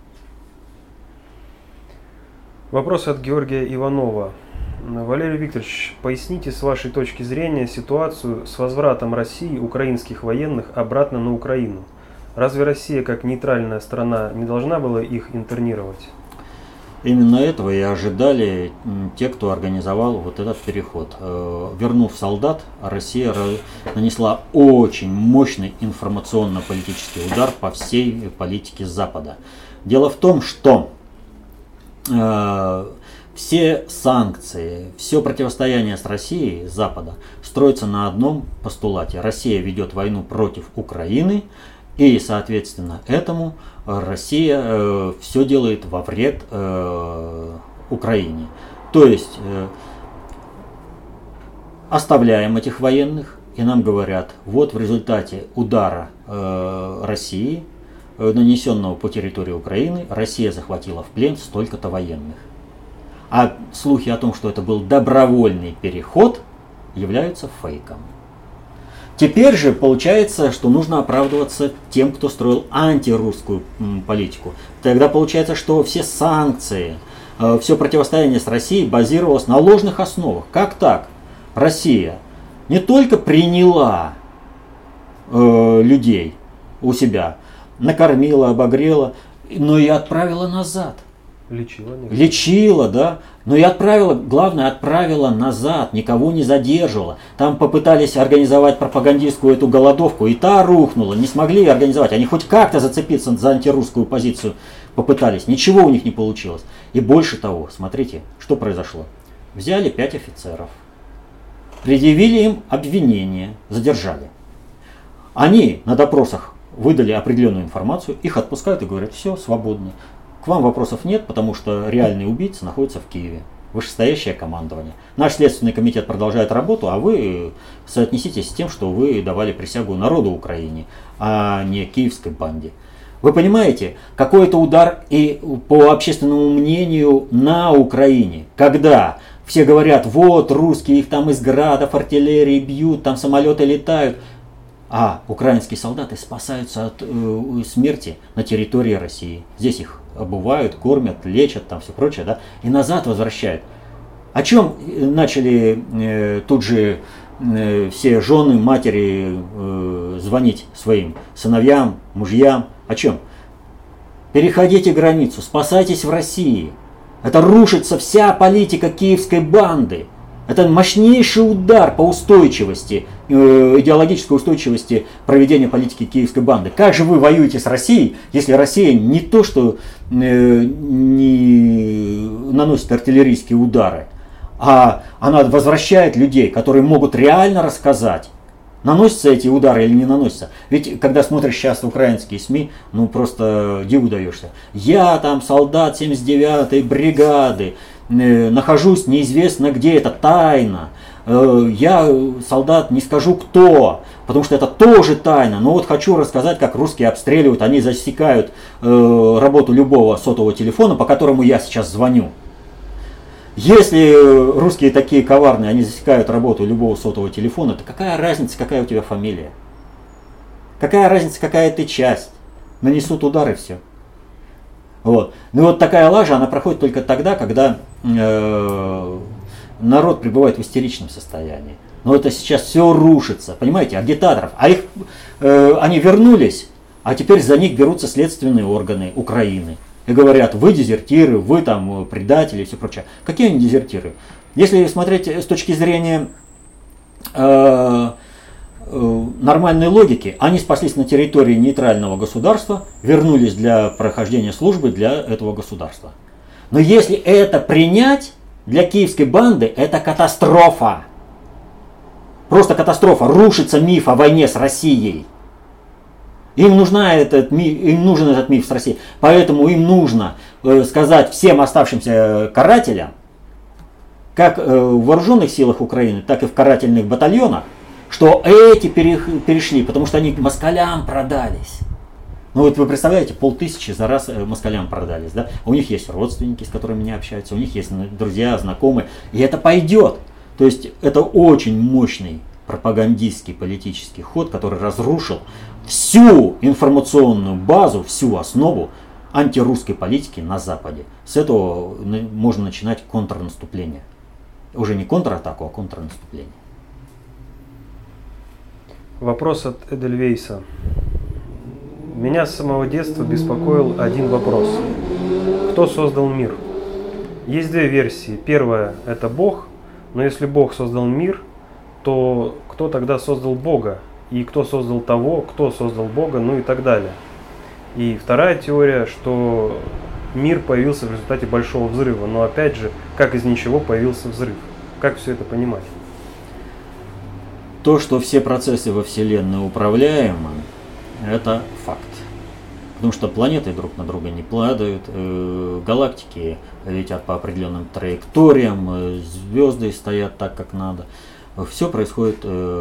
Вопрос от Георгия Иванова. Валерий Викторович, поясните с вашей точки зрения ситуацию с возвратом России украинских военных обратно на Украину. Разве Россия, как нейтральная страна, не должна была их интернировать?
Именно этого и ожидали те, кто организовал вот этот переход. Вернув солдат, Россия нанесла очень мощный информационно-политический удар по всей политике Запада. Дело в том, что все санкции, все противостояние с Россией, с Запада, строится на одном постулате. Россия ведет войну против Украины, и, соответственно, этому Россия все делает во вред Украине. То есть оставляем этих военных, и нам говорят, вот в результате удара России, нанесенного по территории Украины, Россия захватила в плен столько-то военных. А слухи о том, что это был добровольный переход, являются фейком. Теперь же получается, что нужно оправдываться тем, кто строил антирусскую политику. Тогда получается, что все санкции, все противостояние с Россией базировалось на ложных основах. Как так? Россия не только приняла людей у себя, накормила, обогрела, но и отправила назад. Лечила, да. Но и отправила, главное, отправила назад, никого не задерживала. Там попытались организовать пропагандистскую эту голодовку, и та рухнула, не смогли организовать. Они хоть как-то зацепиться за антирусскую позицию попытались, ничего у них не получилось. И больше того, смотрите, что произошло. Взяли 5 офицеров, предъявили им обвинение, задержали. Они на допросах выдали определенную информацию, их отпускают и говорят, все, свободны. К вам вопросов нет, потому что реальный убийца находится в Киеве. Вышестоящее командование. Наш Следственный комитет продолжает работу, а вы соотнеситесь с тем, что вы давали присягу народу Украине, а не киевской банде. Вы понимаете, какой это удар и по общественному мнению на Украине, когда все говорят, вот русские их там из градов, артиллерии бьют, там самолеты летают, а украинские солдаты спасаются от смерти на территории России. Здесь их обувают, кормят, лечат, там все прочее, да, и назад возвращают. О чем начали тут же все жены, матери звонить своим сыновьям, мужьям? О чем? Переходите границу, спасайтесь в России. Это рушится вся политика киевской банды. Это мощнейший удар по устойчивости, идеологической устойчивости проведения политики киевской банды. Как же вы воюете с Россией, если Россия не то что не наносит артиллерийские удары, а она возвращает людей, которые могут реально рассказать, наносятся эти удары или не наносятся. Ведь когда смотришь сейчас украинские СМИ, ну просто диву даешься. Я там солдат 79-й бригады, нахожусь неизвестно где, это тайна. Я солдат не скажу кто, потому что это тоже тайна. Но вот хочу рассказать, как русские обстреливают, они засекают работу любого сотового телефона, по которому я сейчас звоню. Если русские такие коварные, они засекают работу любого сотового телефона, то какая разница, какая у тебя фамилия? Какая разница, какая ты часть? Нанесут удар и все. Вот. Ну вот такая лажа, она проходит только тогда, когда народ пребывает в истеричном состоянии. Но это сейчас все рушится, понимаете, агитаторов. А их, они вернулись, а теперь за них берутся следственные органы Украины. И говорят, вы дезертиры, вы там предатели и все прочее. Какие они дезертиры? Если смотреть с точки зрения нормальной логики, они спаслись на территории нейтрального государства, вернулись для прохождения службы для этого государства. Но если это принять, для киевской банды это катастрофа. Просто катастрофа. Рушится миф о войне с Россией. Им нужен этот миф с Россией. Поэтому им нужно сказать всем оставшимся карателям, как в вооруженных силах Украины, так и в карательных батальонах, что эти перешли, потому что они москалям продались. Ну вот вы представляете, 500 за раз москалям продались. Да? У них есть родственники, с которыми они общаются, у них есть друзья, знакомые. И это пойдет. То есть это очень мощный пропагандистский политический ход, который разрушил всю информационную базу, всю основу антирусской политики на Западе. С этого можно начинать контрнаступление. Уже не контратаку, а контрнаступление.
Вопрос от Эдельвейса. Меня с самого детства беспокоил один вопрос. Кто создал мир? Есть две версии. Первая – это Бог, но если Бог создал мир, то кто тогда создал Бога? И кто создал того, кто создал Бога, ну и так далее. И вторая теория, что мир появился в результате большого взрыва. Но опять же, как из ничего появился взрыв? Как все это понимать?
То, что все процессы во Вселенной управляемы, это факт. Потому что планеты друг на друга не падают, галактики летят по определенным траекториям, звезды стоят так, как надо. Все происходит,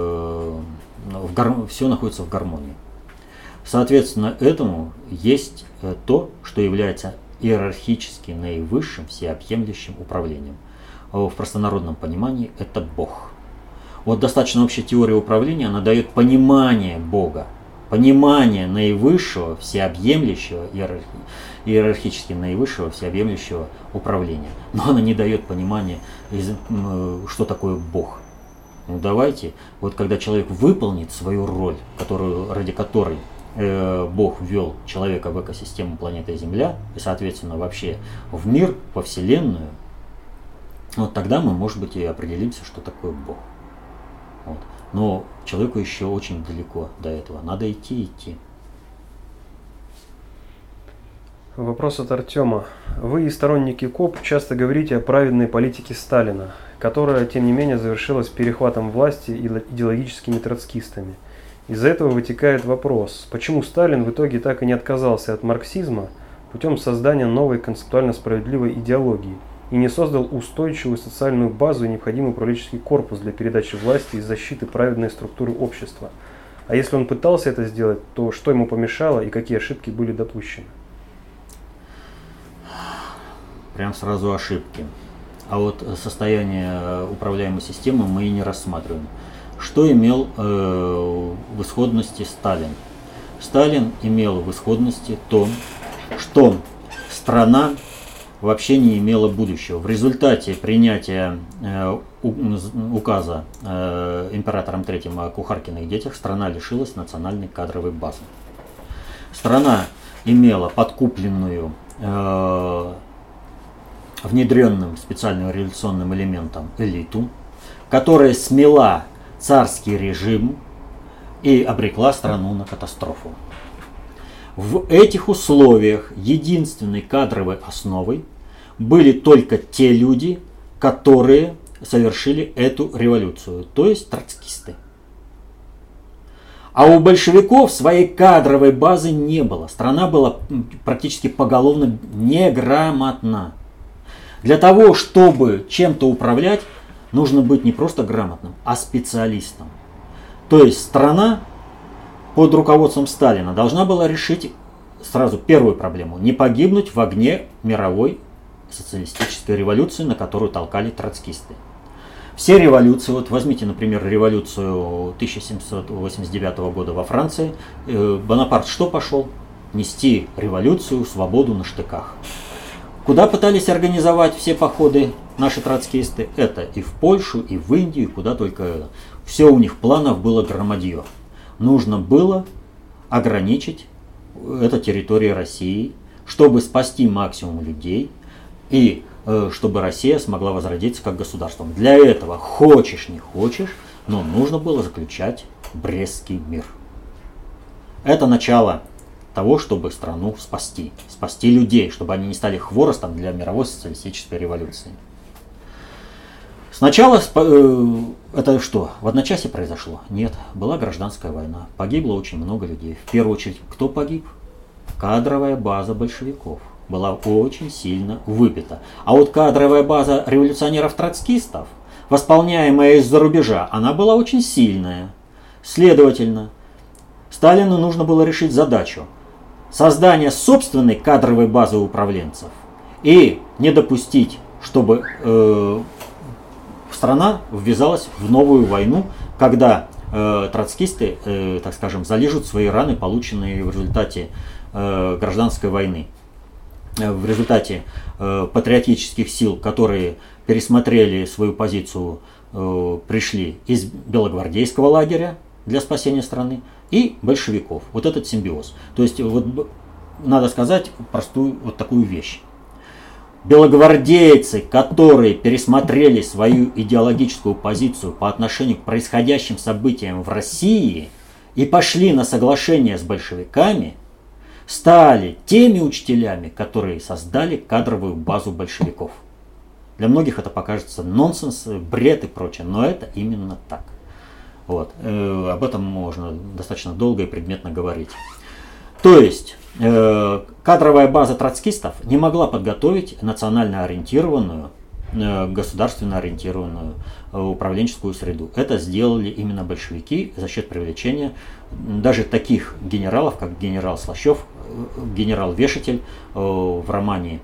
все находится в гармонии. Соответственно, этому есть то, что является иерархически наивысшим всеобъемлющим управлением. В простонародном понимании это Бог. Вот достаточно общая теория управления, она дает понимание Бога, понимание наивысшего, всеобъемлющего, иерархически наивысшего, всеобъемлющего управления. Но она не дает понимания, что такое Бог. Ну давайте, вот когда человек выполнит свою роль, ради которой Бог ввел человека в экосистему планеты Земля, и соответственно вообще в мир, во Вселенную, вот тогда мы, может быть, и определимся, что такое Бог. Вот. Но человеку еще очень далеко до этого. Надо идти.
Вопрос от Артема. Вы, сторонники КОП, часто говорите о праведной политике Сталина, которая, тем не менее, завершилась перехватом власти идеологическими троцкистами. Из-за этого вытекает вопрос, почему Сталин в итоге так и не отказался от марксизма путем создания новой концептуально справедливой идеологии и не создал устойчивую социальную базу и необходимый управленческий корпус для передачи власти и защиты праведной структуры общества. А если он пытался это сделать, то что ему помешало и какие ошибки были допущены?
Прям сразу ошибки. А вот состояние управляемой системы мы и не рассматриваем. Что имел в исходности Сталин? Сталин имел в исходности то, что страна вообще не имела будущего. В результате принятия указа императором III о кухаркиных детях страна лишилась национальной кадровой базы. Страна имела подкупленную внедренным специальным революционным элементом элиту, которая смела царский режим и обрекла страну на катастрофу. В этих условиях единственной кадровой основой были только те люди, которые совершили эту революцию, то есть троцкисты. А у большевиков своей кадровой базы не было. Страна была практически поголовно неграмотна. Для того, чтобы чем-то управлять, нужно быть не просто грамотным, а специалистом. То есть страна под руководством Сталина должна была решить сразу первую проблему. Не погибнуть в огне мировой социалистической революции, на которую толкали троцкисты. Все революции, вот возьмите, например, революцию 1789 года во Франции, Бонапарт что пошел? Нести революцию, свободу на штыках. Куда пытались организовать все походы наши троцкисты? Это и в Польшу, и в Индию, и куда только. Все у них планов было громадье. Нужно было ограничить эту территорию России, чтобы спасти максимум людей и чтобы Россия смогла возродиться как государство. Для этого, хочешь не хочешь, но нужно было заключать Брестский мир. Это начало того, чтобы страну спасти людей, чтобы они не стали хворостом для мировой социалистической революции. Сначала это что, в одночасье произошло? Нет, была гражданская война, погибло очень много людей. В первую очередь, кто погиб? Кадровая база большевиков была очень сильно выбита. А вот кадровая база революционеров-троцкистов, восполняемая из-за рубежа, она была очень сильная. Следовательно, Сталину нужно было решить задачу создания собственной кадровой базы управленцев и не допустить, чтобы страна ввязалась в новую войну, когда троцкисты, так скажем, залижут свои раны, полученные в результате гражданской войны. В результате патриотических сил, которые пересмотрели свою позицию, пришли из белогвардейского лагеря для спасения страны и большевиков. Вот этот симбиоз. То есть вот, надо сказать простую вот такую вещь. Белогвардейцы, которые пересмотрели свою идеологическую позицию по отношению к происходящим событиям в России и пошли на соглашение с большевиками, стали теми учителями, которые создали кадровую базу большевиков. Для многих это покажется нонсенс, бред и прочее, но это именно так. Вот. Об этом можно достаточно долго и предметно говорить. То есть кадровая база троцкистов не могла подготовить национально ориентированную, государственно ориентированную управленческую среду. Это сделали именно большевики за счет привлечения даже таких генералов, как генерал Слащев, генерал-вешатель в романе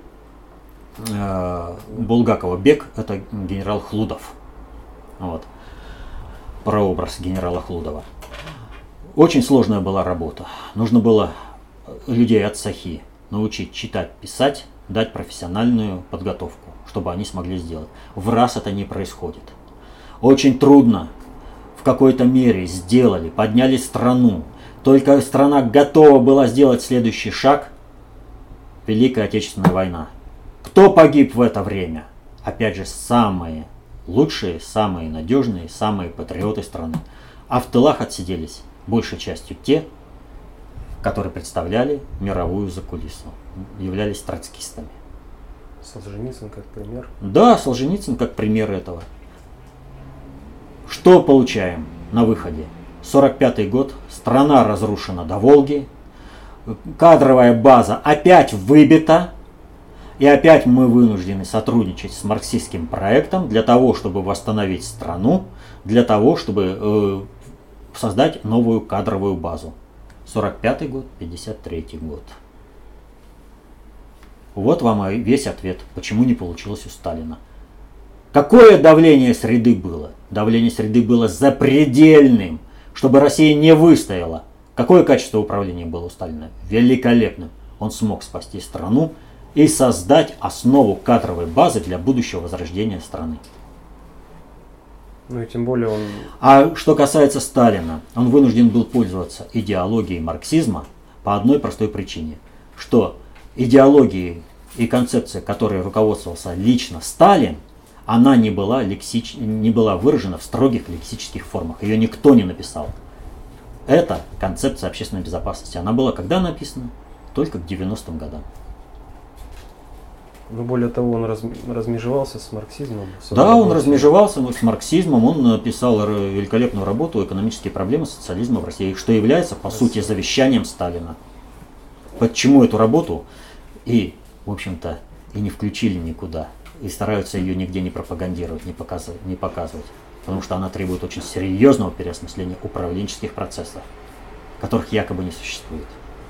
Булгакова «Бег», это генерал Хлудов. Вот. Прообраз генерала Хлудова. Очень сложная была работа. Нужно было людей от Сахи научить читать, писать, дать профессиональную подготовку, чтобы они смогли сделать. В раз это не происходит. Очень трудно в какой-то мере сделали, подняли страну. Только страна готова была сделать следующий шаг – Великая Отечественная война. Кто погиб в это время? Опять же, самые лучшие, самые надежные, самые патриоты страны. А в тылах отсиделись большей частью те, которые представляли мировую закулису, являлись троцкистами.
Солженицын как пример?
Да, Солженицын как пример этого. Что получаем на выходе? 45-й год, страна разрушена до Волги, кадровая база опять выбита, и опять мы вынуждены сотрудничать с марксистским проектом для того, чтобы восстановить страну, для того, чтобы создать новую кадровую базу. 45-й год, 53-й год. Вот вам и весь ответ, почему не получилось у Сталина. Какое давление среды было? Давление среды было запредельным, чтобы Россия не выстояла. Какое качество управления было у Сталина? Великолепным. Он смог спасти страну и создать основу кадровой базы для будущего возрождения страны.
Ну и тем более он...
А что касается Сталина, он вынужден был пользоваться идеологией марксизма по одной простой причине, что идеологией и концепция, которой руководствовался лично Сталин, она не была выражена в строгих лексических формах. Ее никто не написал. Это концепция общественной безопасности. Она была когда написана? Только к 90-м годам.
Ну, более того, он размежевался с марксизмом.
Да, он размежевался с марксизмом, он написал великолепную работу «Экономические проблемы социализма в России», что является, по сути, завещанием Сталина. Почему эту работу и, в общем-то, и не включили никуда, и стараются ее нигде не пропагандировать, не показывать, потому что она требует очень серьезного переосмысления управленческих процессов, которых якобы не существует.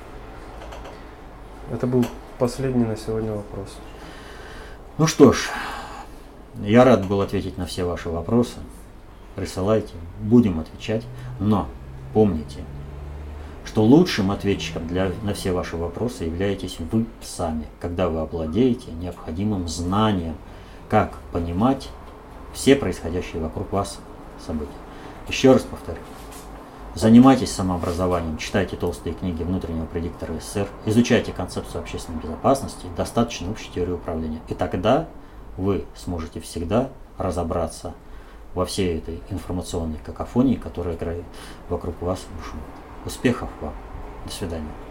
Это был последний на сегодня вопрос.
Ну что ж, я рад был ответить на все ваши вопросы. Присылайте, будем отвечать. Но помните, что лучшим ответчиком на все ваши вопросы являетесь вы сами, когда вы овладеете необходимым знанием, как понимать все происходящие вокруг вас события. Еще раз повторю. Занимайтесь самообразованием, читайте толстые книги внутреннего предиктора СССР, изучайте концепцию общественной безопасности, достаточно общей теории управления. И тогда вы сможете всегда разобраться во всей этой информационной какофонии, которая играет вокруг вас бушует. Успехов вам! До свидания!